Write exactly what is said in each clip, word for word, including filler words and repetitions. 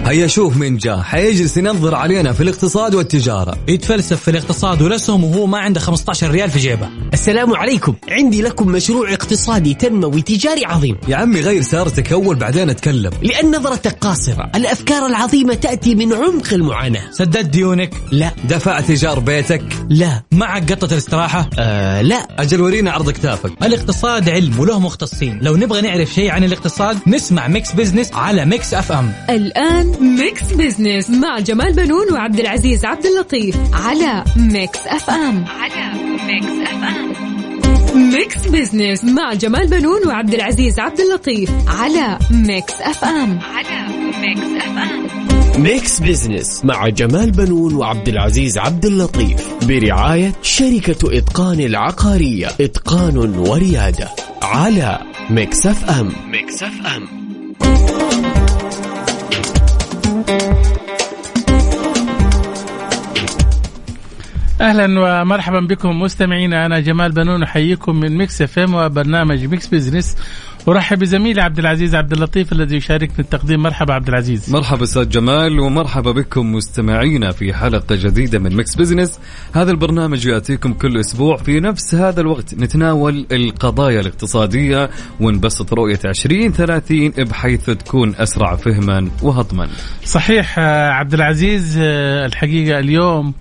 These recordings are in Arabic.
هيا شوف من جاء حيجلس ينظر علينا في الاقتصاد والتجارة، يتفلسف في الاقتصاد والأسهم وهو ما عنده خمسة عشر ريال في جيبه. السلام عليكم، عندي لكم مشروع اقتصادي تنموي تجاري عظيم. يا عمي غير سيارتك أول بعدين أتكلم. لأن نظرتك قاصرة، الأفكار العظيمة تأتي من عمق المعاناة. سددت ديونك؟ لا. دفعت إيجار بيتك؟ لا. معك قطة الاستراحة؟ آه لا. أجل ورينا عرض كتافك. الاقتصاد علم وله مختصين، لو نبغى نعرف شيء عن الاقتصاد نسمع ميكس بزنس على ميكس اف ام. الآن ميكس بزنس مع جمال بنون وعبد العزيز عبد اللطيف على ميكس اف ام. على ميكس اف ام. ميكس بزنس مع جمال بنون وعبد العزيز عبد اللطيف على ميكس اف ام. على ميكس اف ام. ميكس بزنس مع جمال بنون وعبد العزيز عبد اللطيف برعاية شركة إتقان العقارية، إتقان وريادة، على ميكس اف ام. ميكس اف ام. أهلا ومرحبا بكم مستمعينا، أنا جمال بنون أحييكم من ميكس اف ام وبرنامج ميكس بزنس. ورحب بزميلي عبد العزيز عبد اللطيف الذي يشارك في التقديم. مرحبا عبد العزيز. مرحبا أستاذ جمال، ومرحبا بكم مستمعينا في حلقة جديدة من ميكس بزنس. هذا البرنامج يأتيكم كل أسبوع في نفس هذا الوقت، نتناول القضايا الاقتصادية ونبسط رؤية عشرين ثلاثين بحيث تكون أسرع فهما وهضما. صحيح عبد العزيز، الحقيقة اليوم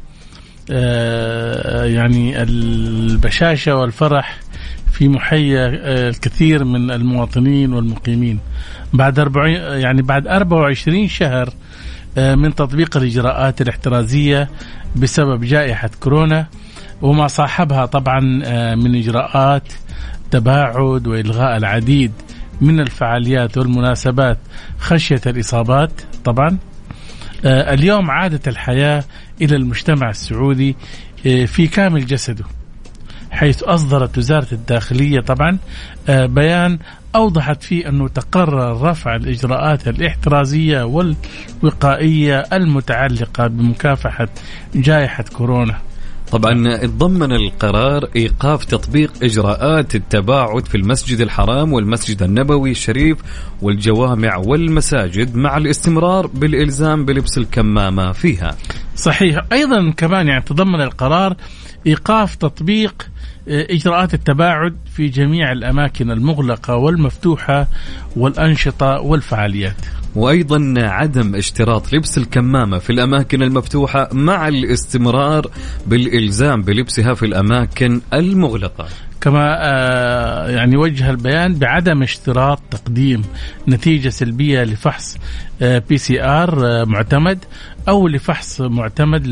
يعني البشاشة والفرح في محيا الكثير من المواطنين والمقيمين بعد أربعين يعني بعد أربعة وعشرين شهر من تطبيق الإجراءات الاحترازية بسبب جائحة كورونا وما صاحبها طبعا من إجراءات تباعد وإلغاء العديد من الفعاليات والمناسبات خشية الإصابات. طبعا اليوم عادت الحياة إلى المجتمع السعودي في كامل جسده، حيث أصدرت وزارة الداخلية طبعا بيان أوضحت فيه أنه تقرر رفع الإجراءات الاحترازية والوقائية المتعلقة بمكافحة جائحة كورونا. طبعا اتضمن القرار إيقاف تطبيق إجراءات التباعد في المسجد الحرام والمسجد النبوي الشريف والجوامع والمساجد، مع الاستمرار بالإلزام بلبس الكمامة فيها. صحيح. أيضا كمان يعني تضمن القرار إيقاف تطبيق إجراءات التباعد في جميع الأماكن المغلقة والمفتوحة والأنشطة والفعاليات، وأيضا عدم اشتراط لبس الكمامة في الأماكن المفتوحة مع الاستمرار بالإلزام بلبسها في الأماكن المغلقة. كما يعني وجه البيان بعدم اشتراط تقديم نتيجة سلبية لفحص بي سي آر معتمد أو لفحص معتمد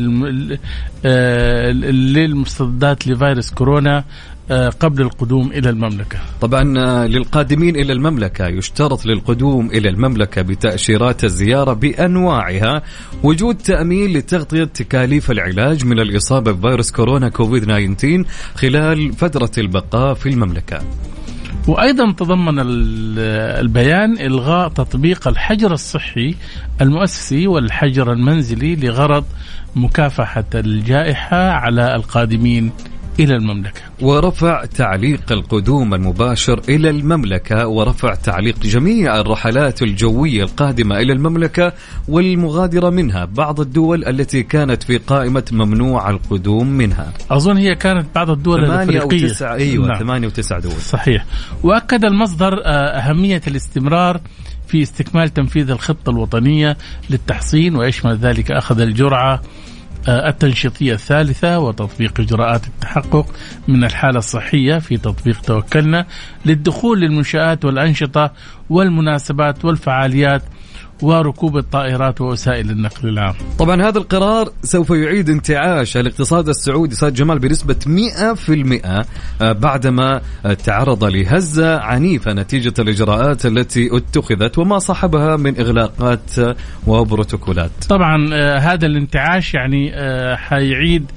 للمستندات لفيروس كورونا قبل القدوم إلى المملكة. طبعا للقادمين إلى المملكة يشترط للقدوم إلى المملكة بتأشيرات الزيارة بأنواعها وجود تأمين لتغطية تكاليف العلاج من الإصابة بفيروس كورونا كوفيد تسعة عشر خلال فترة البقاء في المملكة. وأيضا تضمن البيان إلغاء تطبيق الحجر الصحي المؤسسي والحجر المنزلي لغرض مكافحة الجائحة على القادمين إلى المملكة، ورفع تعليق القدوم المباشر إلى المملكة، ورفع تعليق جميع الرحلات الجوية القادمة إلى المملكة والمغادرة منها، بعض الدول التي كانت في قائمة ممنوع القدوم منها. أظن هي كانت بعض الدول الأفريقية. تسعة أيوة نعم. ثمانية وتسعة دول. صحيح. وأكد المصدر أهمية الاستمرار في استكمال تنفيذ الخطة الوطنية للتحصين، ويشمل ذلك أخذ الجرعة التنشيطية الثالثة وتطبيق إجراءات التحقق من الحالة الصحية في تطبيق توكلنا للدخول للمنشآت والأنشطة والمناسبات والفعاليات وركوب الطائرات ووسائل النقل العام. طبعا هذا القرار سوف يعيد انتعاش الاقتصاد السعودي صاد جمال بنسبة مئة بالمئة بعدما تعرض لهزة عنيفة نتيجة الإجراءات التي اتخذت وما صاحبها من إغلاقات وبروتوكولات. طبعا هذا الانتعاش يعني حيعيد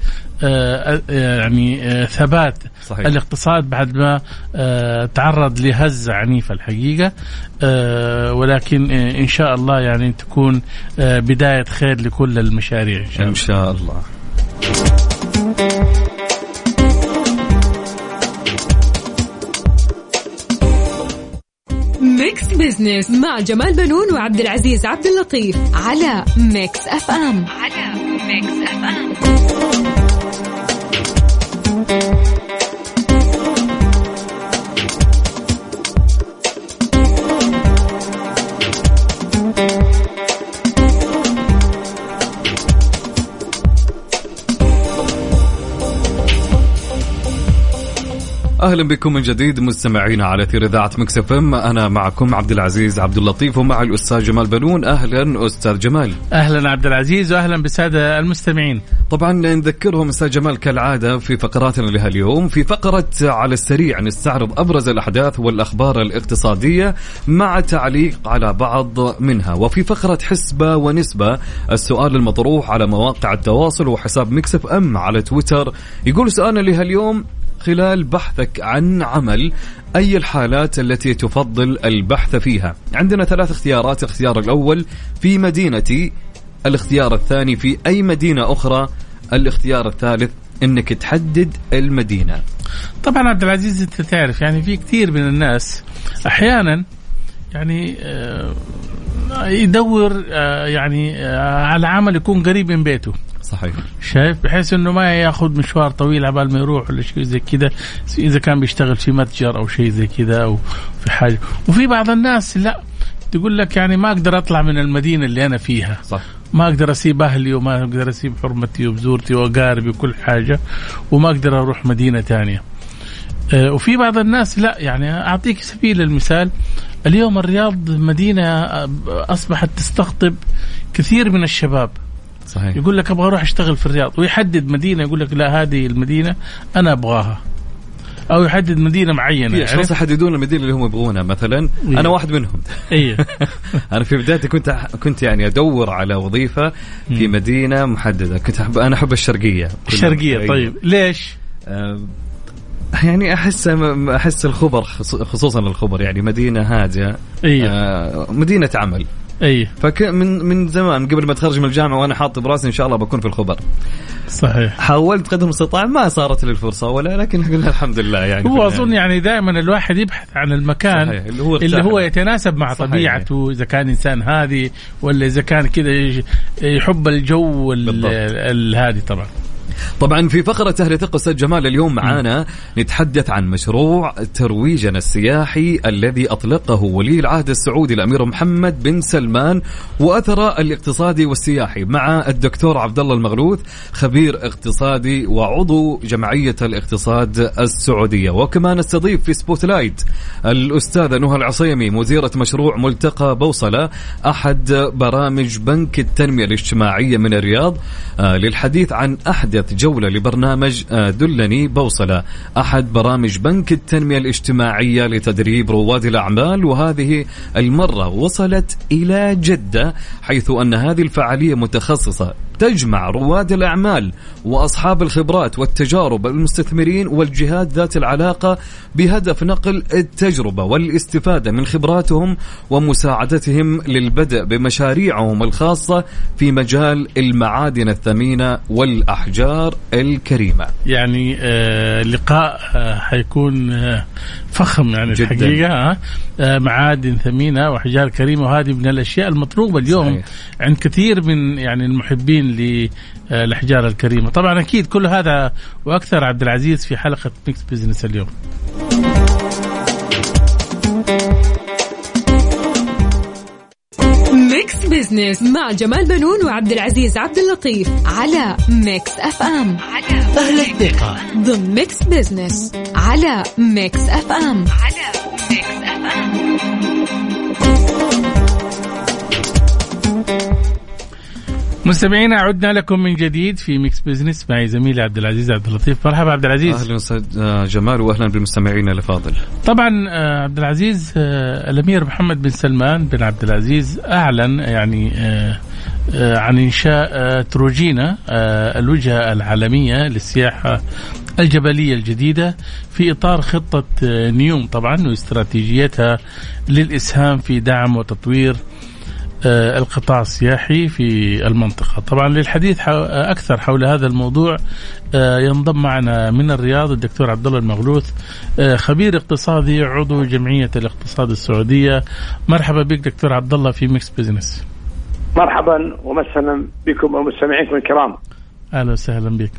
يعني ثبات صحيح. الاقتصاد بعد ما تعرض لهزة عنيفة الحقيقة، ولكن إن شاء الله يعني تكون بداية خير لكل المشاريع إن شاء الله. إن شاء الله. ميكس بزنس مع جمال بنون وعبد العزيز عبد اللطيف على ميكس اف ام. على ميكس اف ام. أهلا بكم من جديد مستمعينا على ثير إذاعة ميكس اف ام. أنا معكم عبد العزيز عبد اللطيف ومع الأستاذ جمال بنون. أهلا أستاذ جمال. أهلا عبد العزيز وأهلا بالسادة المستمعين. طبعا نذكرهم أستاذ جمال كالعادة في فقراتنا لها اليوم. في فقرة على السريع نستعرض أبرز الأحداث والأخبار الاقتصادية مع تعليق على بعض منها. وفي فقرة حسبة ونسبة السؤال المطروح على مواقع التواصل وحساب ميكس اف ام على تويتر. يقول سؤالنا لها اليوم: خلال بحثك عن عمل أي الحالات التي تفضل البحث فيها؟ عندنا ثلاث اختيارات. الاختيار الأول في مدينتي، الاختيار الثاني في أي مدينة أخرى، الاختيار الثالث إنك تحدد المدينة. طبعا عبد العزيز أنت تعرف يعني في كثير من الناس أحيانا يعني يدور يعني على عمل يكون قريب من بيته. صحيح. شايف بحيث انه ما ياخذ مشوار طويل عبال ما يروح ولا شيء زي كذا، اذا كان بيشتغل في متجر او شيء زي كذا او في حاجه. وفي بعض الناس لا تقول لك يعني ما اقدر اطلع من المدينه اللي انا فيها. صح. ما اقدر اسيب اهلي وما اقدر اسيب حرمتي وبزورتي واقاربي وكل حاجه وما اقدر اروح مدينه ثانيه. أه وفي بعض الناس لا يعني اعطيك سبيل المثال، اليوم الرياض مدينه اصبحت تستقطب كثير من الشباب. صحيح. يقول لك أبغى أروح أشتغل في الرياض ويحدد مدينة، يقول لك لا هذه المدينة أنا أبغاها، أو يحدد مدينة معينة. في أشخاص يحددون المدينة اللي هم يبغونها مثلا. إيه. أنا واحد منهم. إيه. أنا في بدايتي كنت كنت يعني أدور على وظيفة في مدينة محددة. كنت أحب أنا أحب الشرقية. الشرقية. طيب ليش؟ أه يعني أحس أحس الخبر خصوصا الخبر يعني مدينة هادئة. إيه. أه مدينة عمل. أيه. فمن من زمان قبل ما اتخرج من الجامعة وأنا حاطط براسي إن شاء الله بكون في الخبر. صحيح. حاولت قدر المستطاع ما صارت لي الفرصة ولا، لكن قلنا الحمد لله يعني. هو أظن يعني دائما الواحد يبحث عن المكان صحيح. اللي هو, اللي هو يتناسب مع صحيح. طبيعته، إذا كان إنسان هادي ولا إذا كان كذا يحب الجو الهادي. طبعا طبعا في فقرة أهل ثقة أستاذ جمال اليوم معانا نتحدث عن مشروع ترويجنا السياحي الذي أطلقه ولي العهد السعودي الأمير محمد بن سلمان وأثره الاقتصادي والسياحي مع الدكتور عبد الله المغلوث خبير اقتصادي وعضو جمعية الاقتصاد السعودية. وكمان نستضيف في سبوتلايت الأستاذة نهى العصيمي مديرة مشروع ملتقى بوصلة أحد برامج بنك التنمية الاجتماعية من الرياض آه للحديث عن أحدث جولة لبرنامج دلني بوصلة أحد برامج بنك التنمية الاجتماعية لتدريب رواد الأعمال، وهذه المرة وصلت إلى جدة، حيث أن هذه الفعالية متخصصة تجمع رواد الأعمال وأصحاب الخبرات والتجارب المستثمرين والجهات ذات العلاقة بهدف نقل التجربة والاستفادة من خبراتهم ومساعدتهم للبدء بمشاريعهم الخاصة في مجال المعادن الثمينة والأحجار الكريمة. يعني آه لقاء آه حيكون آه فخم يعني جداً. الحقيقة آه معادن ثمينة وأحجار كريمة، وهذه من الأشياء المطلوبة اليوم صحيح. عند كثير من يعني المحبين للأحجار الكريمة. طبعا أكيد كل هذا وأكثر عبد العزيز في حلقة ميكس بيزنس اليوم. ميكس بيزنس مع جمال بنون وعبد العزيز عبد اللطيف على ميكس اف ام. على أهل الثقة ضمن ميكس بيزنس على ميكس اف ام. على ميكس اف ام. مستمعينا عدنا لكم من جديد في ميكس بيزنس معي زميلي عبد العزيز عبد اللطيف. مرحبا عبد العزيز. اهلا استاذ جمال واهلا بالمستمعين الافاضل. طبعا عبد العزيز الامير محمد بن سلمان بن عبد العزيز اعلن يعني عن انشاء تروجينا الوجهة العالمية للسياحة الجبلية الجديدة في إطار خطة نيوم طبعا واستراتيجيتها للإسهام في دعم وتطوير القطاع السياحي في المنطقة. طبعا للحديث أكثر حول هذا الموضوع ينضم معنا من الرياض الدكتور عبد الله المغلوث، خبير اقتصادي عضو جمعية الاقتصاد السعودية. مرحبا بك دكتور عبد الله في ميكس بزنس. مرحبا ومسهلا بكم ومستمعينكم الكرام. أهلا وسهلا بك.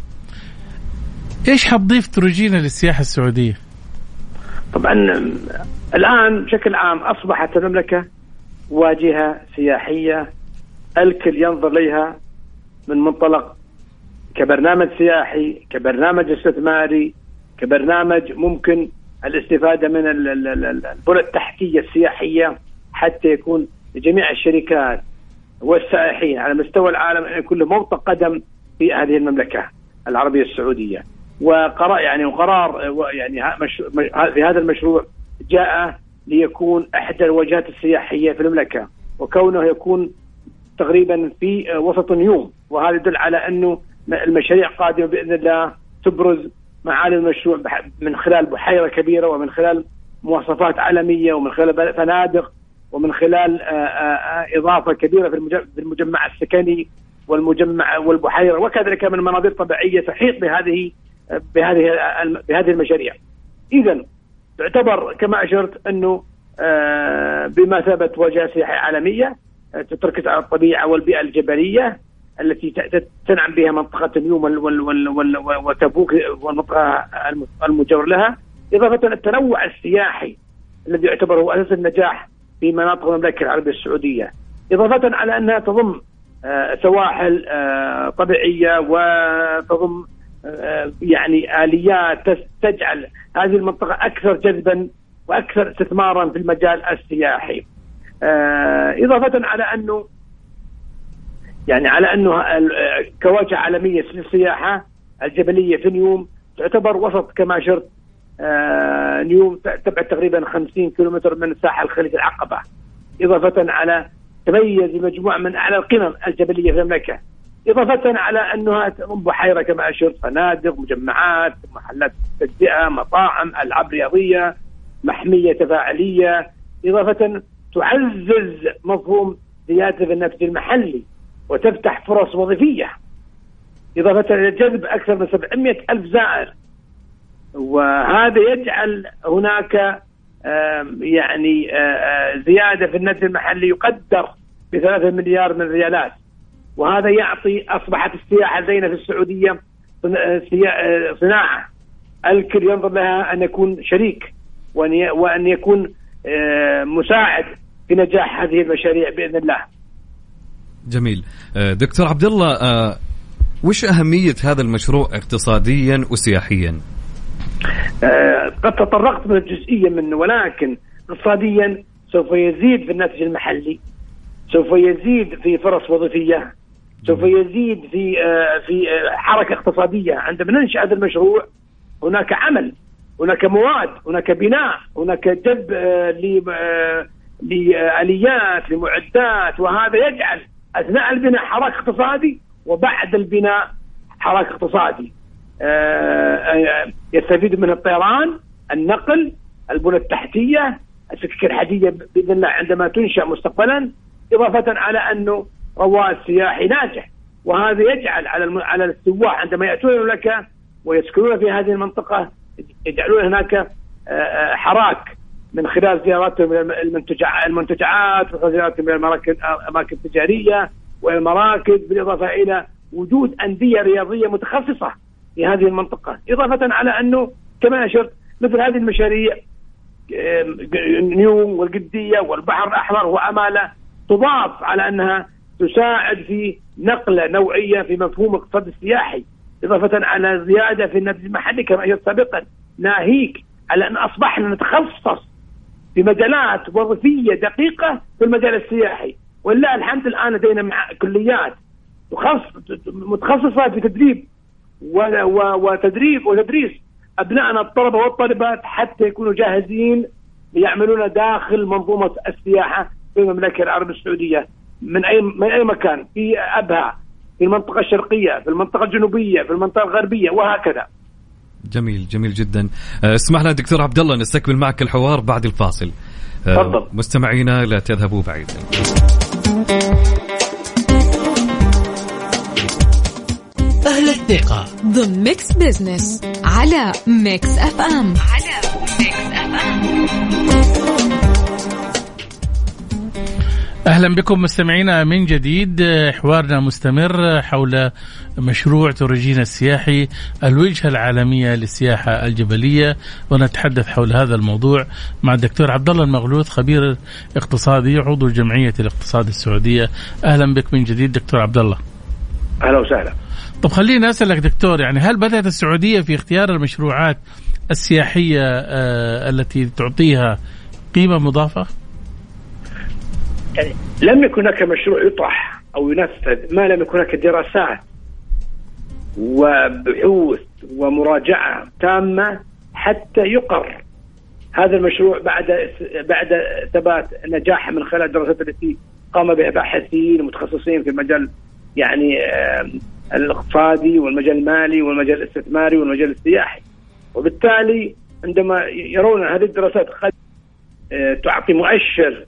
إيش حتضيف تروجينا للسياحة السعودية؟ طبعا الآن بشكل عام أصبحت المملكة واجهة سياحية الكل ينظر لها من منطلق كبرنامج سياحي، كبرنامج استثماري، كبرنامج ممكن الاستفادة من البنى التحتية السياحية حتى يكون لجميع الشركات والسائحين على مستوى العالم أن يكون له موطئ قدم في هذه المملكة العربية السعودية. وقرار يعني وقرار يعني في هذا المشروع جاء ليكون إحدى الوجهات السياحية في المملكة، وكونه يكون تقريبا في وسط نيوم، وهذا يدل على أنه المشاريع قادمة بإذن الله تبرز معالي المشروع من خلال بحيرة كبيرة، ومن خلال مواصفات عالمية، ومن خلال فنادق، ومن خلال إضافة كبيرة في المجمع السكني والمجمع والبحيرة، وكذلك من مناظر طبيعية تحيط بهذه بهذه بهذه المشاريع. إذن تعتبر كما أشرت أنه بمثابة وجهة سياحية عالمية تركز على الطبيعة والبيئة الجبلية التي تنعم بها منطقة نيوم وتبوك والمنطقة المجاور لها، إضافة التنوع السياحي الذي يعتبر هو أساس النجاح في مناطق المملكة العربية السعودية، إضافة على أنها تضم سواحل طبيعية وتضم يعني آليات تجعل هذه المنطقة أكثر جذبا وأكثر استثمارا في المجال السياحي، إضافة على أنه يعني على أنه كواجهة عالمية للسياحة الجبلية في نيوم تعتبر وسط كما شرت. نيوم تبعد تقريبا خمسين كيلومتر من ساحل خليج العقبة، إضافة على تميز بمجموعة من أعلى القمم الجبلية في المملكة، إضافة على أنها بحيرة كما أشرت، فنادق، مجمعات، محلات تجزئة، مطاعم، ألعاب رياضية، محمية تفاعلية، إضافة تعزز مفهوم زيادة النفس المحلي وتفتح فرص وظيفية، إضافة إلى جذب أكثر من سبعمائة ألف زائر، وهذا يجعل هناك يعني زيادة في النفس المحلي يقدر بثلاثة مليار من الريالات، وهذا يعطي أصبحت السياحة لدينا في السعودية صناعة الكل ينظر لها أن يكون شريك وأن يكون مساعد في نجاح هذه المشاريع بإذن الله. جميل. دكتور عبد الله، وش أهمية هذا المشروع اقتصاديا وسياحيا؟ قد تطرقت من الجزئية منه، ولكن اقتصاديا سوف يزيد في الناتج المحلي، سوف يزيد في فرص وظيفية، سوف يزيد في في حركة اقتصادية. عندما ننشأ هذا المشروع هناك عمل، هناك مواد، هناك بناء، هناك جذب لآليات لمعدات، وهذا يجعل أثناء البناء حراك اقتصادي، وبعد البناء حراك اقتصادي يستفيد منه الطيران، النقل، البنى التحتية، السكك الحديدية بإذن الله عندما تنشأ مستقبلا، إضافة على أنه رواد سياحي ناجح، وهذا يجعل على على السواح عندما يأتون المملكة ويسكنون في هذه المنطقة يجعلون هناك حراك من خلال زياراتهم المنتجعات، ومن زياراتهم إلى الأماكن التجارية والمراكز، بالإضافة إلى وجود أندية رياضية متخصصة في هذه المنطقة، إضافة على أنه كما أشرت مثل هذه المشاريع نيوم والقدية والبحر الأحمر وأمالة تضاف على أنها تساعد في نقلة نوعية في مفهوم الاقتصاد السياحي، إضافة على زيادة في الناتج المحلي كما أشرت سابقا، ناهيك على أن أصبحنا نتخصص في مجالات وظيفية دقيقة في المجال السياحي، ولله الحمد الآن لدينا مع كليات متخصصة في تدريب وتدريب وتدريس أبنائنا الطلبة والطالبات حتى يكونوا جاهزين ليعملون داخل منظومة السياحة في المملكة العربية السعودية من أي من أي مكان، في أبها، في المنطقة الشرقية، في المنطقة الجنوبية، في المنطقة الغربية، وهكذا. جميل جميل جدا. اسمح لنا دكتور عبد الله نستكمل معك الحوار بعد الفاصل. تفضل. مستمعينا لا تذهبوا بعيدا. أهل الثقة ضمن ميكس بزنس على ميكس اف ام. على ميكس اف ام. أهلا بكم مستمعينا من جديد. حوارنا مستمر حول مشروع تورجينا السياحي الوجهة العالمية للسياحة الجبلية، ونتحدث حول هذا الموضوع مع الدكتور عبد الله المغلوث خبير اقتصادي عضو جمعية الاقتصاد السعودية. أهلا بك من جديد دكتور عبد الله. أهلا وسهلا. طب خليني أسألك دكتور، يعني هل بدأت السعودية في اختيار المشروعات السياحية آه التي تعطيها قيمة مضافة؟ يعني لم يكن هناك مشروع يطرح أو ينفذ ما لم يكن هناك دراسات وبحوث ومراجعة تامة حتى يقر هذا المشروع بعد بعد ثبات نجاحه من خلال الدراسات التي قام بها باحثين متخصصين في المجال يعني الاقتصادي والمجال المالي والمجال الاستثماري والمجال السياحي. وبالتالي عندما يرون هذه الدراسات قد تعطي مؤشر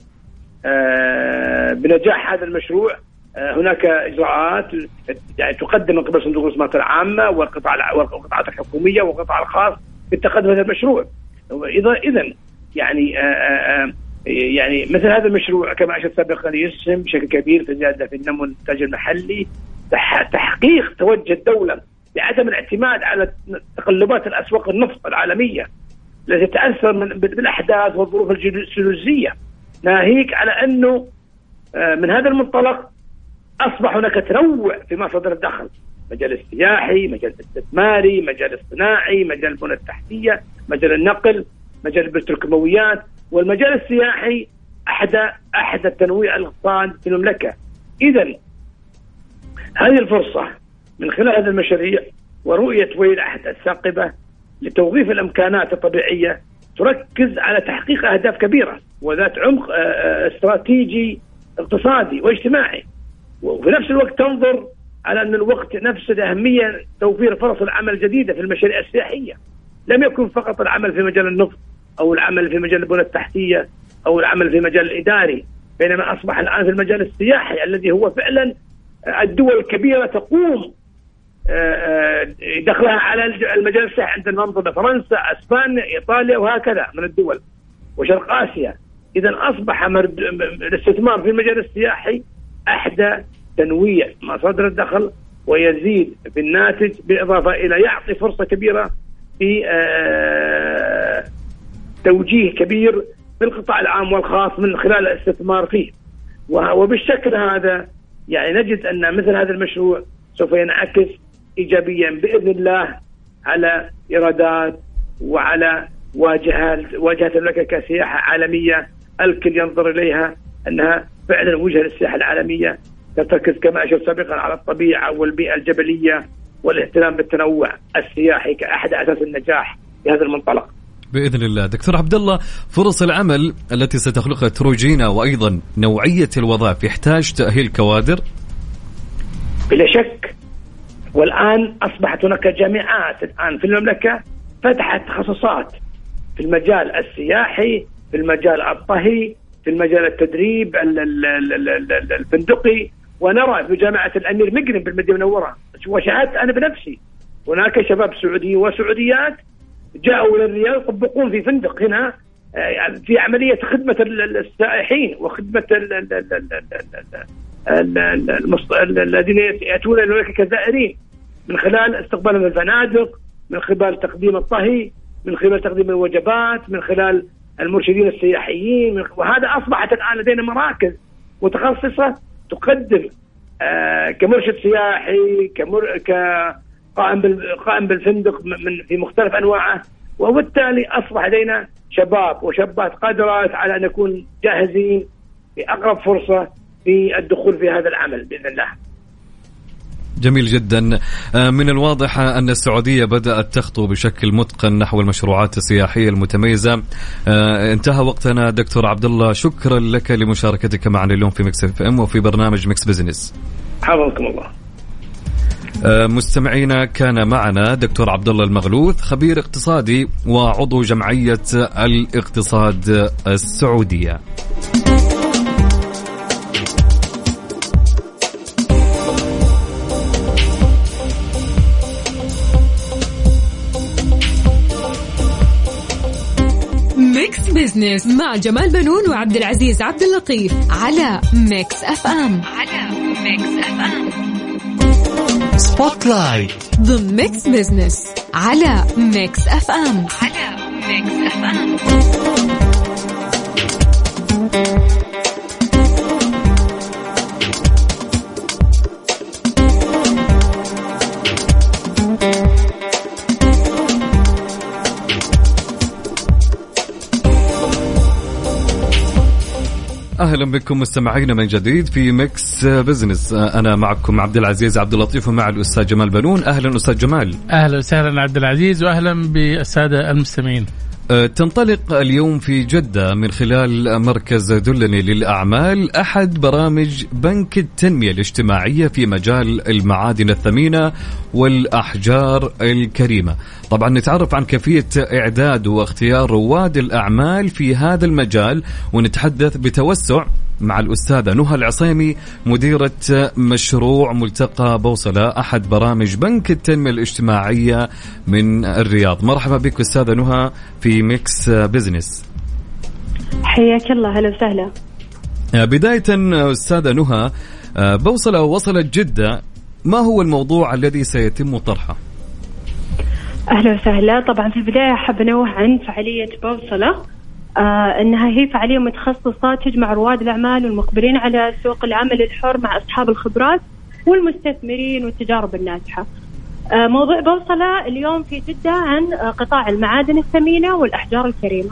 بنجاح هذا المشروع، هناك إجراءات يعني تقدم من قبل صندوق الاستثمارات العامة والقطاع والقطاعات الحكومية والقطاع الخاص بالتقدم هذا المشروع. إذا إذن يعني يعني مثل هذا المشروع كما أشرت سابقا يسهم بشكل كبير في زيادة في النمو الإنتاج المحلي، تحقيق توجه الدولة بعدم الاعتماد على تقلبات الأسواق النفط العالمية التي تتأثر من بالأحداث والظروف الجيولوجية، ناهيك على أنه من هذا المنطلق أصبح هناك تنوع في مصادر الدخل، مجال السياحي، مجال الاستثماري، مجال الصناعي، مجال البنى التحتية، مجال النقل، مجال البتروكيماويات. والمجال السياحي أحد أحد التنويع الاقتصادي في المملكة. إذن هذه الفرصة من خلال هذه المشاريع ورؤية ولي العهد الثاقبة لتوظيف الإمكانات الطبيعية تركز على تحقيق أهداف كبيرة وذات عمق استراتيجي اقتصادي واجتماعي، وفي نفس الوقت تنظر على أن الوقت نفسه أهمية توفير فرص العمل الجديدة في المشاريع السياحية. لم يكن فقط العمل في مجال النفط أو العمل في مجال البنى التحتية أو العمل في مجال الإداري، بينما أصبح الآن في المجال السياحي الذي هو فعلا الدول الكبيرة تقوم دخلها على المجال السياحي. عندنا ننظر فرنسا، اسبانيا، ايطاليا وهكذا من الدول وشرق اسيا. اذا اصبح الاستثمار في المجال السياحي احدى تنويع مصادر الدخل ويزيد في الناتج، بالاضافه الى يعطي فرصه كبيره في توجيه كبير في القطاع العام والخاص من خلال الاستثمار فيه. وبالشكل هذا يعني نجد ان مثل هذا المشروع سوف ينعكس إيجابيا بإذن الله على إيرادات وعلى واجهات واجهة المملكة كسياحة عالمية الكل ينظر إليها أنها فعلا وجهة للسياحة العالمية، ترتكز كما أشرت سابقا على الطبيعة والبيئة الجبلية والاهتمام بالتنوع السياحي كأحد أساس النجاح في هذا المنطلق بإذن الله. دكتور عبد الله، فرص العمل التي ستخلقها تروجينا وأيضا نوعية الوظائف يحتاج تأهيل كوادر؟ بلا شك. والآن أصبحت هناك جامعات الآن في المملكة فتحت تخصصات في المجال السياحي، في المجال الطهي، في المجال التدريب الفندقي. ونرى في جامعة الأمير مقرن بالمدينة المنورة وشاهدت أنا بنفسي هناك شباب سعودي وسعوديات جاءوا للرياض يطبقون في فندق هنا في عملية خدمة السائحين وخدمة الذين يأتون إليك كزائرين من خلال استقبالهم الفنادق، من خلال تقديم الطهي، من خلال تقديم الوجبات، من خلال المرشدين السياحيين. وهذا أصبحت الآن لدينا مراكز متخصصة تقدم آه كمرشد سياحي، كمر كقائم قائم بالفندق من في مختلف أنواعه. وبالتالي أصبح لدينا شباب وشابات قادرات على أن نكون جاهزين في أقرب فرصة في الدخول في هذا العمل بإذن الله. جميل جدا. من الواضح أن السعودية بدأت تخطو بشكل متقن نحو المشروعات السياحية المتميزة. انتهى وقتنا دكتور عبد الله، شكرا لك لمشاركتك معنا اليوم في ميكس اف ام وفي برنامج ميكس بزنس. حفظكم الله. مستمعينا، كان معنا دكتور عبد الله المغلوث خبير اقتصادي وعضو جمعية الاقتصاد السعودية. ميكس بزنس مع جمال بنون وعبد العزيز عبد اللطيف على ميكس اف ام. على ميكس اف ام. سبوت لايت ضمن ميكس بزنس على ميكس اف ام. على ميكس اف ام. أهلا بكم مستمعينا من جديد في ميكس بزنس. أنا معكم عبد العزيز عبد اللطيف ومع الأستاذ جمال بنون. أهلا أستاذ جمال. أهلا وسهلا عبد العزيز وأهلا بالسادة المستمعين. تنطلق اليوم في جدة من خلال مركز دلني للأعمال أحد برامج بنك التنمية الاجتماعية في مجال المعادن الثمينة والأحجار الكريمة. طبعا نتعرف عن كيفية إعداد واختيار رواد الأعمال في هذا المجال، ونتحدث بتوسع مع الأستاذة نهى العصيمي مديرة مشروع ملتقى بوصلة أحد برامج بنك التنمية الاجتماعية من الرياض. مرحبا بك أستاذة نهى في ميكس بزنس. حياك الله. هلا وسهلا. بداية أستاذة نهى، بوصلة وصلت جدة، ما هو الموضوع الذي سيتم طرحه؟ أهلا وسهلا. طبعا في البداية حاب أنوه عن فعالية بوصلة، آه أنها هي فعالية متخصصة تجمع رواد الأعمال والمقبلين على سوق العمل الحر مع أصحاب الخبرات والمستثمرين والتجارب الناجحة. آه موضوع بوصلة اليوم في جدة عن آه قطاع المعادن الثمينة والأحجار الكريمة.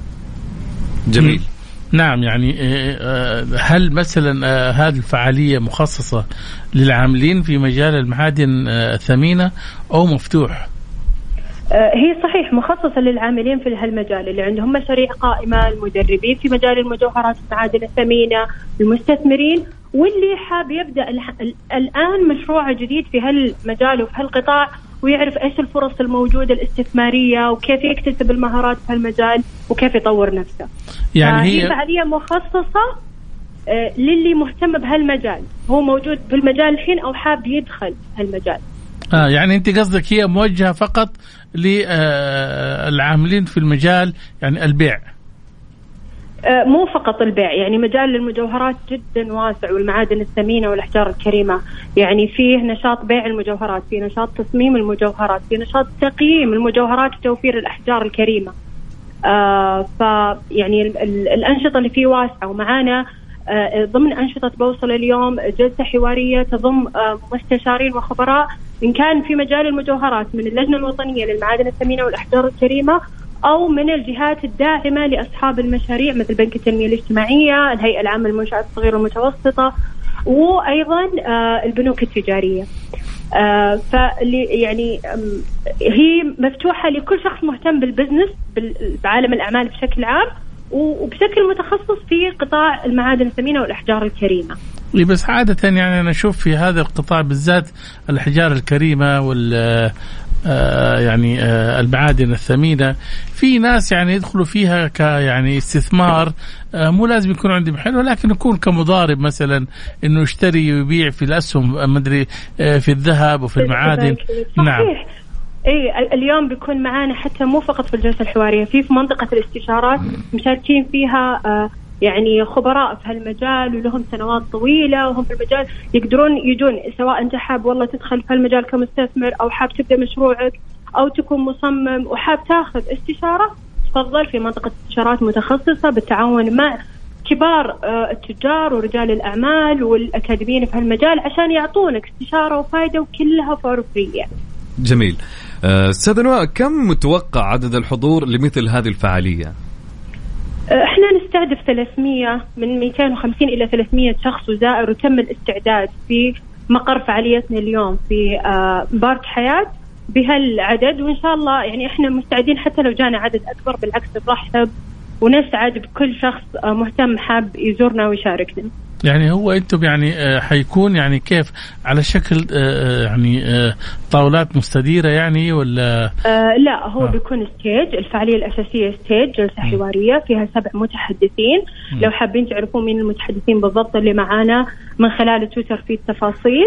جميل. نعم، يعني هل مثلا هذه الفعالية مخصصة للعاملين في مجال المعادن الثمينة أو مفتوح؟ هي صحيح مخصصة للعاملين في هالمجال اللي عندهم مشاريع قائمة، المدربين في مجال المجوهرات والمعادن الثمينة، المستثمرين، واللي حاب يبدأ الآن مشروع جديد في هالمجال وفي هالقطاع ويعرف إيش الفرص الموجودة الاستثمارية وكيف يكتسب المهارات في هالمجال وكيف يطور نفسه. يعني هي فعالية مخصصة للي مهتم بهالمجال، هو موجود في المجال الحين أو حاب يدخل هالمجال. آه يعني أنت قصدك هي موجهة فقط للعاملين في المجال، يعني البيع؟ آه مو فقط البيع، يعني مجال المجوهرات جدا واسع والمعادن الثمينة والأحجار الكريمة، يعني فيه نشاط بيع المجوهرات، فيه نشاط تصميم المجوهرات، فيه نشاط تقييم المجوهرات وتوفير الأحجار الكريمة. آه فيعني الأنشطة اللي فيه واسعة. ومعانا آه ضمن أنشطة بوصلة اليوم جلسة حوارية تضم آه مستشارين وخبراء إن كان في مجال المجوهرات من اللجنة الوطنية للمعادن الثمينة والأحجار الكريمة أو من الجهات الداعمة لأصحاب المشاريع مثل بنك التنمية الاجتماعية، الهيئة العامة للمنشآت الصغيرة والمتوسطة، وأيضا آه البنوك التجارية. آه فاللي يعني هي مفتوحة لكل شخص مهتم بالبزنس بعالم الأعمال بشكل عام وبشكل متخصص في قطاع المعادن الثمينة والأحجار الكريمة. بس عادة يعني أنا أشوف في هذا القطاع بالذات الأحجار الكريمة وال آه يعني آه المعادن الثمينة، في ناس يعني يدخلوا فيها ك يعني استثمار، آه مو لازم يكون عندي محل، ولكن يكون كمضارب مثلا إنه يشتري ويبيع في الأسهم مدري آه في الذهب وفي المعادن. نعم. اي اليوم بيكون معانا حتى مو فقط في الجلسة الحوارية، في في منطقة الاستشارات مشاركين فيها آه يعني خبراء في هالمجال ولهم سنوات طويلة وهم في المجال، يقدرون يجون سواء أنت حاب والله تدخل في هالمجال كمستثمر أو حاب تبدأ مشروعك أو تكون مصمم وحاب تاخذ استشارة، تفضل في منطقة استشارات متخصصة بالتعاون مع كبار التجار ورجال الأعمال والأكاديميين في هالمجال عشان يعطونك استشارة وفائدة وكلها فور فري يعني. جميل. أستاذ نهى، كم متوقع عدد الحضور لمثل هذه الفعالية؟ احنا نستهدف ثلاثمية من مئتين وخمسين إلى ثلاثمية شخص وزائر، وتم الاستعداد في مقر فعاليتنا اليوم في بارك حياة بهالعدد، وإن شاء الله يعني احنا مستعدين حتى لو جانا عدد أكبر بالعكس نرحب ونسعد بكل شخص مهتم حاب يزورنا ويشاركنا. يعني هو انتم يعني حيكون يعني كيف على شكل يعني طاولات مستديرة يعني ولا؟ آه لا هو آه. بيكون ستيج، الفعالية الأساسية ستيج جلسة حوارية فيها سبع متحدثين. م. لو حابين تعرفون مين المتحدثين بالضبط اللي معانا من خلال تويتر في التفاصيل.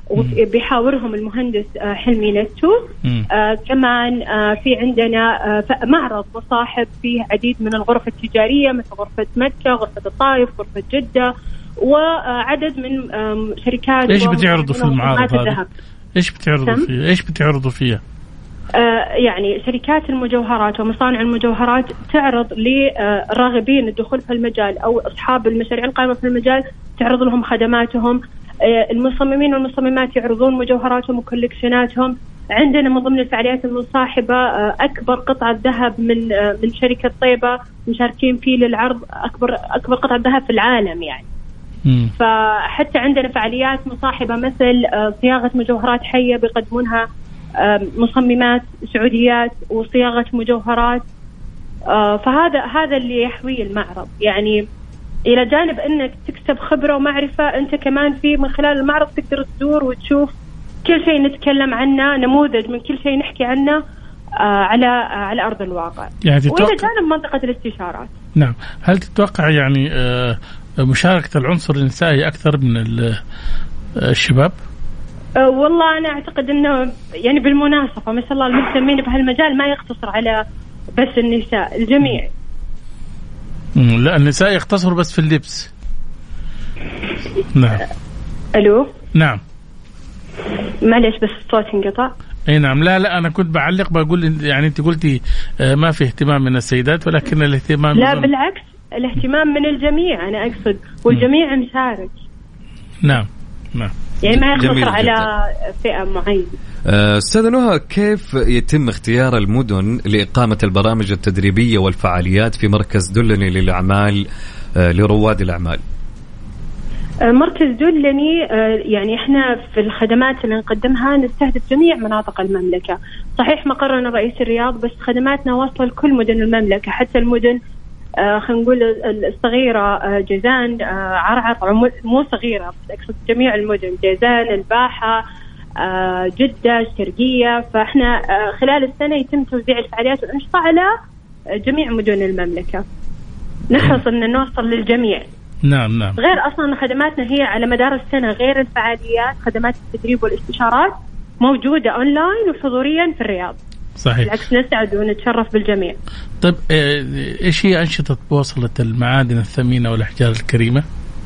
وبيحاورهم المهندس حلمي نتو. آه كمان آه في عندنا آه معرض مصاحب فيه عديد من الغرف التجارية مثل غرفة مكة، غرفة الطائف، غرفة جدة، وعدد من آه شركات. ايش بتعرضوا في المعارض هذا؟ ايش بتعرضوا فيها؟ ايش بتعرضوا فيها؟ آه يعني شركات المجوهرات ومصانع المجوهرات تعرض للراغبين الدخول في المجال أو أصحاب المشاريع القائمة في المجال، تعرض لهم خدماتهم. آه المصممين والمصممات يعرضون مجوهراتهم وكولكشناتهم. عندنا من ضمن الفعاليات المصاحبة آه أكبر قطعة ذهب من آه من شركة طيبة مشاركين فيه للعرض، أكبر أكبر قطعة ذهب في العالم يعني. م. فحتى عندنا فعاليات مصاحبة مثل آه صياغة مجوهرات حية بيقدمونها مصممات سعوديات وصياغة مجوهرات. فهذا هذا اللي يحويه المعرض. يعني إلى جانب أنك تكسب خبرة ومعرفة، أنت كمان في من خلال المعرض تقدر تدور وتشوف كل شيء نتكلم عنه، نموذج من كل شيء نحكي عنه على على أرض الواقع. يعني وإلى جانب منطقة الاستشارات. نعم. هل تتوقع يعني مشاركة العنصر النسائي أكثر من الشباب؟ أه والله أنا أعتقد أنه يعني بالمناسبة ما شاء الله المهتمين بهالمجال ما يقتصر على بس النساء، الجميع. لا النساء يقتصر بس في اللبس. نعم. ألو. نعم. معليش بس الصوت انقطع. اي نعم. لا لا انا كنت بعلق بقول يعني انت قلتي ما في اهتمام من السيدات، ولكن الاهتمام لا بالعكس الاهتمام من الجميع انا اقصد، والجميع مشارك. نعم نعم. يعني ما يقتصر على فئة معينة. أستاذة نهى، كيف يتم اختيار المدن لإقامة البرامج التدريبية والفعاليات في مركز دلني للأعمال لرواد الأعمال؟ مركز دلني يعني احنا في الخدمات اللي نقدمها نستهدف جميع مناطق المملكة. صحيح مقرنا رئيس الرياض، بس خدماتنا واصلة لكل مدن المملكة، حتى المدن آه خلينا نقول الصغيرة، آه جازان، آه عرعر، مو صغيرة أقصد جميع المدن، جازان، الباحة، آه جدة، الشرقية. فإحنا آه خلال السنة يتم توزيع الفعاليات والأنشطة على جميع مدن المملكة، نحرص أن نوصل للجميع. نعم نعم. غير أصلا خدماتنا هي على مدار السنة، غير الفعاليات خدمات التدريب والاستشارات موجودة أونلاين وحضوريا في الرياض. صحيح. بالعكس نسعد ونتشرف بالجميع. طيب إيش هي أنشطة بوصلة المعادن الثمينة والأحجار الكريمة؟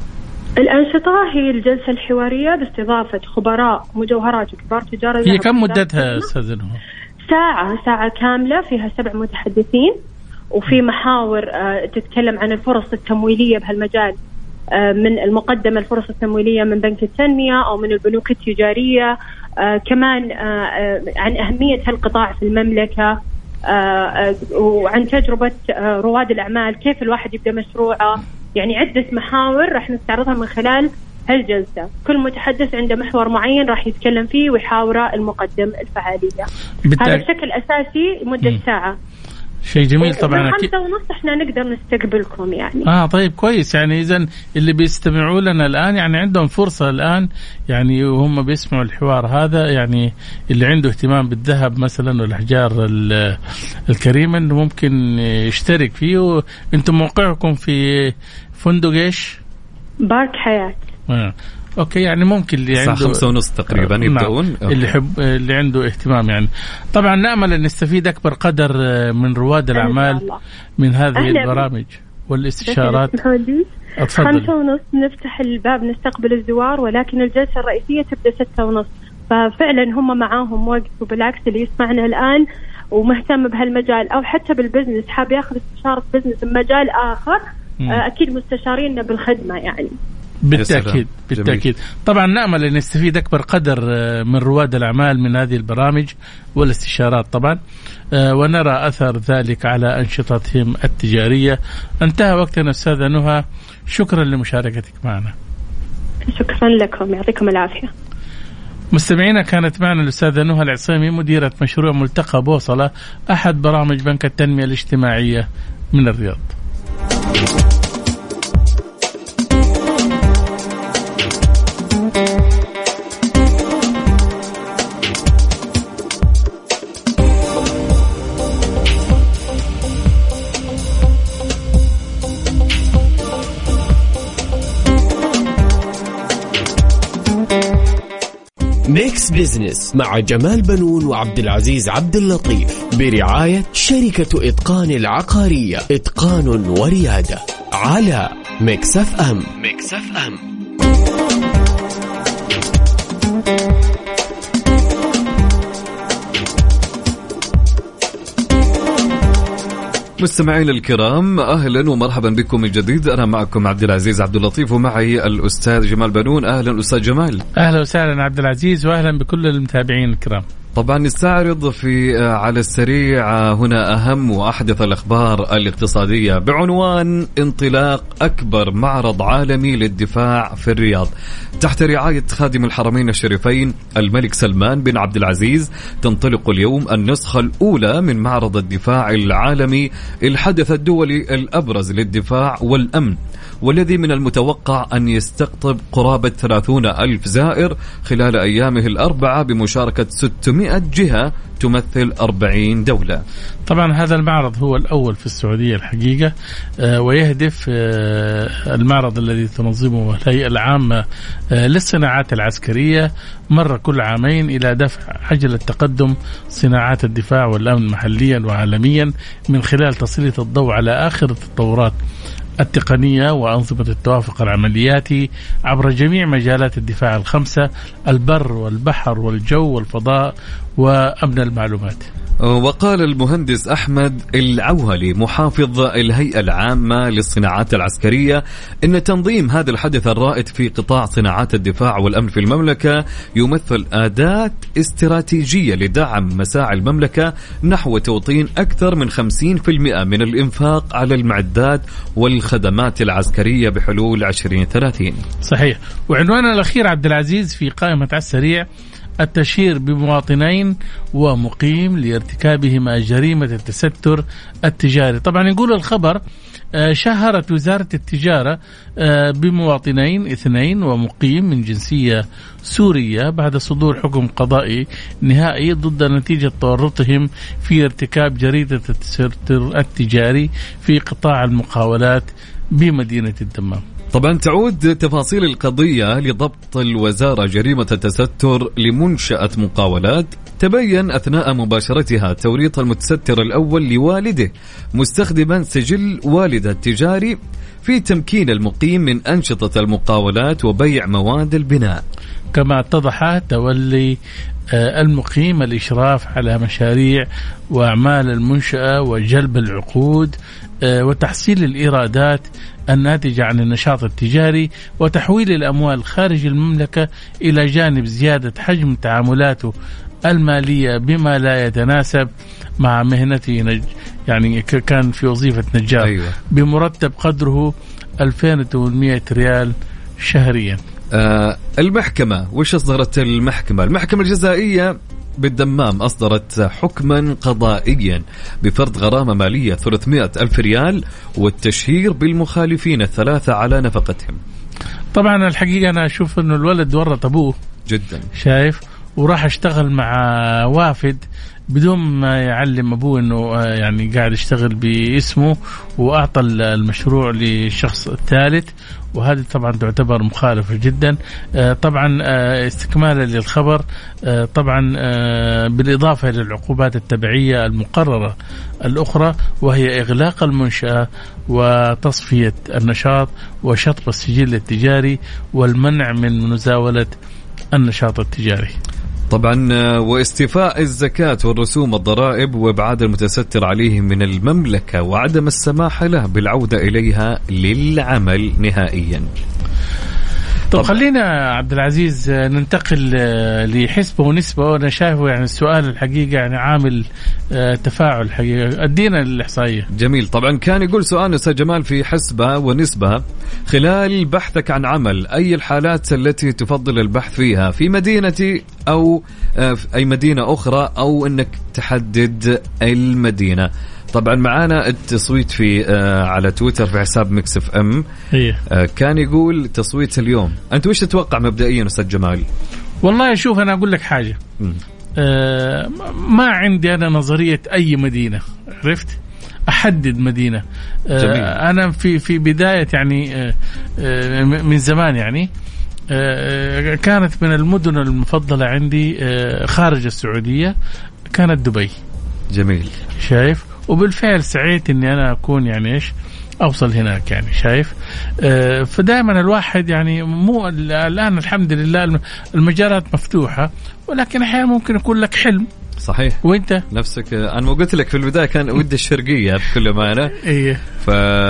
الأنشطة هي الجلسة الحوارية باستضافة خبراء مجوهرات وكبار تجار. هي كم مدتها أستاذ نهى؟ ساعة ساعة كاملة، فيها سبع متحدثين، وفي محاور تتكلم عن الفرص التمويلية بهالمجال، من المقدمة الفرص التمويلية من بنك التنمية أو من البنوك التجارية، آه كمان آه آه عن أهمية هالقطاع في المملكة، آه آه وعن تجربة آه رواد الأعمال، كيف الواحد يبدأ مشروعه. يعني عدة محاور راح نستعرضها من خلال هالجلسة. كل متحدث عنده محور معين راح يتكلم فيه ويحاوره المقدم الفعالية. بالتأك... هذا بشكل أساسي مدة م. ساعة. شيء جميل طبعا. من خمسة ونص احنا نقدر نستقبلكم يعني. اه طيب كويس. يعني اذا اللي بيستمعوا لنا الان يعني عندهم فرصة الان، يعني وهم بيسمعوا الحوار هذا، يعني اللي عنده اهتمام بالذهب مثلا والاحجار الكريمة انه ممكن يشترك فيه. انتم موقعكم في فندق ايش؟ بارك حياة. آه. اوكي. يعني ممكن اللي عنده خمسة ونص تقريبا يبدأون. نعم. اللي يحب اللي عنده اهتمام يعني. طبعا نأمل ان نستفيد اكبر قدر من رواد الاعمال من هذه البرامج والاستشارات. خمسة ونص نفتح الباب نستقبل الزوار، ولكن الجلسة الرئيسية تبدأ ستة ونص. ففعلا هم معاهم وقت، وبالعكس اللي يسمعنا الآن ومهتم بهالمجال أو حتى بالبزنس حاب ياخذ استشارة بزنس بمجال آخر، أكيد مستشارينا بالخدمة يعني. بالتأكيد بالتأكيد. طبعا نأمل أن نستفيد أكبر قدر من رواد الأعمال من هذه البرامج والاستشارات طبعا، ونرى أثر ذلك على أنشطتهم التجارية. انتهى وقتنا أستاذة نهى، شكرا لمشاركتك معنا. شكرا لكم، يعطيكم العافية. مستمعينا، كانت معنا الأستاذة نهى العصيمي مديرة مشروع ملتقى بوصلة، أحد برامج بنك التنمية الاجتماعية من الرياض. ميكس بزنس مع جمال بنون وعبد العزيز عبد اللطيف برعاية شركة إتقان العقارية إتقان وريادة على ميكس اف ام. ميكس اف ام. مستمعينا الكرام، اهلا ومرحبا بكم من جديد. انا معكم عبد العزيز عبد اللطيف ومعي الاستاذ جمال بنون. اهلا استاذ جمال. اهلا وسهلا عبد العزيز، واهلا بكل المتابعين الكرام. طبعا نستعرض في على السريع هنا أهم وأحدث الأخبار الاقتصادية بعنوان انطلاق أكبر معرض عالمي للدفاع في الرياض تحت رعاية خادم الحرمين الشريفين الملك سلمان بن عبد العزيز. تنطلق اليوم النسخة الأولى من معرض الدفاع العالمي، الحدث الدولي الأبرز للدفاع والأمن، والذي من المتوقع أن يستقطب قرابة ثلاثين ألف زائر خلال أيامه الأربعة بمشاركة ستمائة جهة تمثل أربعين دولة. طبعا هذا المعرض هو الأول في السعودية الحقيقة، ويهدف المعرض الذي تنظمه الهيئة العامة للصناعات العسكرية مرة كل عامين إلى دفع عجلة تقدم صناعات الدفاع والأمن محليا وعالميا من خلال تسليط الضوء على آخر التطورات التقنية وأنظمة التوافق العملياتي عبر جميع مجالات الدفاع الخمسة: البر والبحر والجو والفضاء وأمن المعلومات. وقال المهندس أحمد العوهلي محافظ الهيئة العامة للصناعات العسكرية إن تنظيم هذا الحدث الرائد في قطاع صناعات الدفاع والأمن في المملكة يمثل أداة استراتيجية لدعم مساعي المملكة نحو توطين أكثر من خمسين بالمئة من الإنفاق على المعدات والخدمات العسكرية بحلول عشرين ثلاثين. صحيح. وعنواننا الأخير عبد العزيز في قائمة على السريع: التشهير بمواطنين ومقيم لارتكابهما جريمة التستر التجاري. طبعا يقول الخبر شهرت وزارة التجارة بمواطنين اثنين ومقيم من جنسية سورية بعد صدور حكم قضائي نهائي ضد نتيجة تورطهم في ارتكاب جريمة التستر التجاري في قطاع المقاولات بمدينة الدمام. طبعا تعود تفاصيل القضية لضبط الوزارة جريمة التستر لمنشأة مقاولات تبين أثناء مباشرتها توريط المتستر الأول لوالده مستخدما سجل والده التجاري في تمكين المقيم من أنشطة المقاولات وبيع مواد البناء. كما اتضح تولي المقيم الإشراف على مشاريع وأعمال المنشأة وجلب العقود وتحصيل الإيرادات الناتجة عن النشاط التجاري وتحويل الأموال خارج المملكة، إلى جانب زيادة حجم تعاملاته المالية بما لا يتناسب مع مهنته. نج... يعني كان في وظيفة نجار. أيوة. بمرتب قدره ألفين وثمانمائة ريال شهريا. آه المحكمة وش أصدرت المحكمة؟ المحكمة الجزائية بالدمام أصدرت حكما قضائيا بفرض غرامة مالية ثلاثمائة ألف ريال والتشهير بالمخالفين الثلاثة على نفقتهم. طبعا الحقيقة أنا أشوف أنه الولد ورط أبوه جدا، شايف، وراح اشتغل مع وافد بدون ما يعلم أبوه أنه يعني قاعد يشتغل باسمه، وأعطى المشروع لشخص الثالث، وهذه طبعا تعتبر مخالفة جدا. طبعا استكمالا للخبر، طبعا بالإضافة إلى العقوبات التبعية المقررة الأخرى وهي إغلاق المنشأة وتصفية النشاط وشطب السجل التجاري والمنع من مزاولة النشاط التجاري. طبعا واستيفاء الزكاة والرسوم والضرائب وابعاد المتستر عليه من المملكة وعدم السماح له بالعودة إليها للعمل نهائيا. طب خلينا عبد العزيز ننتقل لحسبة ونسبة، وأنا شايفه يعني السؤال الحقيقة يعني عامل تفاعل حقيقة. أدينا الإحصائية. جميل. طبعا كان يقول سؤال أستاذ جمال في حسبة ونسبة: خلال بحثك عن عمل أي الحالات التي تفضل البحث فيها في مدينتي أو أي مدينة أخرى، أو أنك تحدد المدينة؟ طبعا معانا التصويت في آه على تويتر في حساب ميكس اف ام. آه كان يقول تصويت اليوم. أنت وش تتوقع مبدئيا أستاذ جمال؟ والله شوف أنا أقول لك حاجة، آه ما عندي أنا نظرية أي مدينة، عرفت أحدد مدينة. آه أنا في في بداية يعني آه آه من زمان يعني كانت من المدن المفضلة عندي خارج السعودية كانت دبي. جميل. شايف؟ وبالفعل سعيت إني أنا أكون يعني إيش أوصل هناك يعني. شايف؟ فدائما الواحد يعني مو الآن الحمد لله المجالات مفتوحة، ولكن أحيانا ممكن يكون لك حلم. صحيح. وانت نفسك انا ما قلت لك في البدايه كان ودي الشرقيه بكل امانه. ايه. ف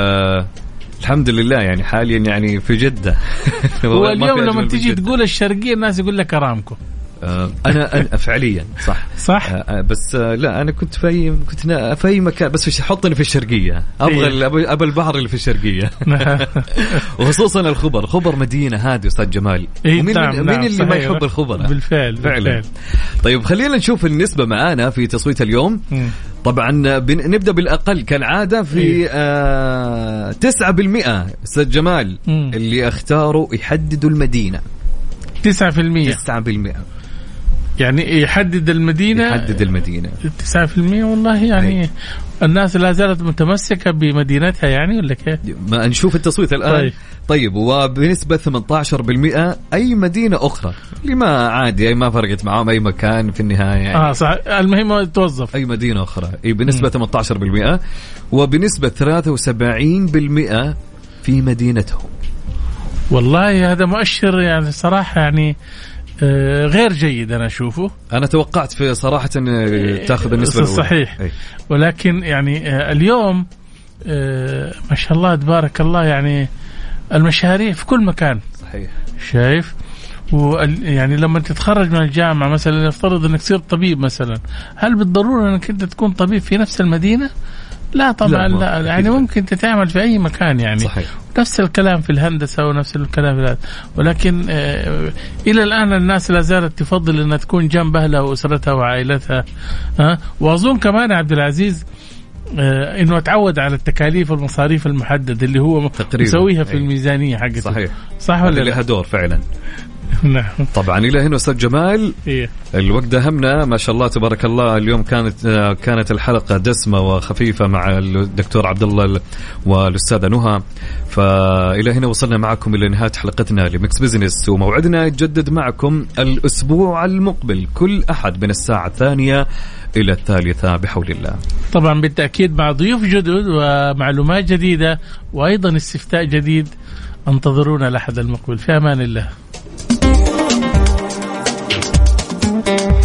الحمد لله يعني حاليا يعني في جده. هو اليوم لما تيجي تقول الشرقيه الناس يقول لك ارامكو. انا انا فعليا صح صح. بس لا انا كنت في أي كنت في اي مكان، بس حطني في الشرقيه، ابغى ابى البحر اللي في الشرقيه. وخصوصا الخبر، خبر مدينه هادي استاذ جمال. إيه ومين نعم مين نعم اللي ما يحب الخبر؟ بالفعل فعلا. بالفعل. طيب خلينا نشوف النسبه معانا في تصويت اليوم. م. طبعا نبدا بالاقل كالعاده في إيه؟ آه تسعة بالمئة استاذ جمال. م. اللي اختاروا يحددوا المدينه. تسعة بالمئة تسعة بالمئة يعني يحدد المدينة. يحدد المدينة تسعة في المئة والله يعني. هي. الناس لا زالت متمسكة بمدينتها يعني ولا كيف؟ ما نشوف التصويت الآن. طيب, طيب وبنسبة ثمانية عشر بالمئة أي مدينة أخرى اللي ما عادي أي ما فرقت معهم أي مكان في النهاية يعني. آه صح، المهم توظف أي مدينة أخرى. أي بنسبة م. ثمانية عشر بالمئة وبنسبة ثلاثة وسبعين بالمئة في مدينتهم. والله هذا مؤشر يعني صراحة يعني غير جيد أنا أشوفه. أنا توقعت في صراحة أن تأخذ النسبة الأولى. صحيح. أي. ولكن يعني اليوم ما شاء الله تبارك الله يعني المشاريع في كل مكان. صحيح. شايف؟ ويعني لما تتخرج من الجامعة مثلا يفترض أنك تصير طبيب مثلا، هل بالضرورة أنك أنت تكون طبيب في نفس المدينة؟ لا طبعا لا, لا. يعني ممكن تتعامل في أي مكان يعني. صحيح. نفس الكلام في الهندسة ونفس الكلام في هذا، ولكن آه إلى الآن الناس لا زالت تفضل أنها تكون جنب أهلها وأسرتها وعائلتها. ها. وأظن كمان عبد العزيز آه إنه تعود على التكاليف والمصاريف المحددة اللي هو مسويها في الميزانية حقته. صحيح. صح ولا لها دور فعلا. نعم. طبعا إلى هنا أستاذ جمال. إيه. الوقت دهمنا ما شاء الله تبارك الله. اليوم كانت كانت الحلقة دسمة وخفيفة مع الدكتور عبد الله والأستاذة نهى. فإلى هنا وصلنا معكم إلى نهاية حلقتنا لميكس بيزنس، وموعدنا يتجدد معكم الأسبوع المقبل كل أحد من الساعة الثانية إلى الثالثة بحول الله. طبعا بالتأكيد مع ضيوف جدد ومعلومات جديدة وأيضا استفتاء جديد. انتظرونا الأحد المقبل. في أمان الله.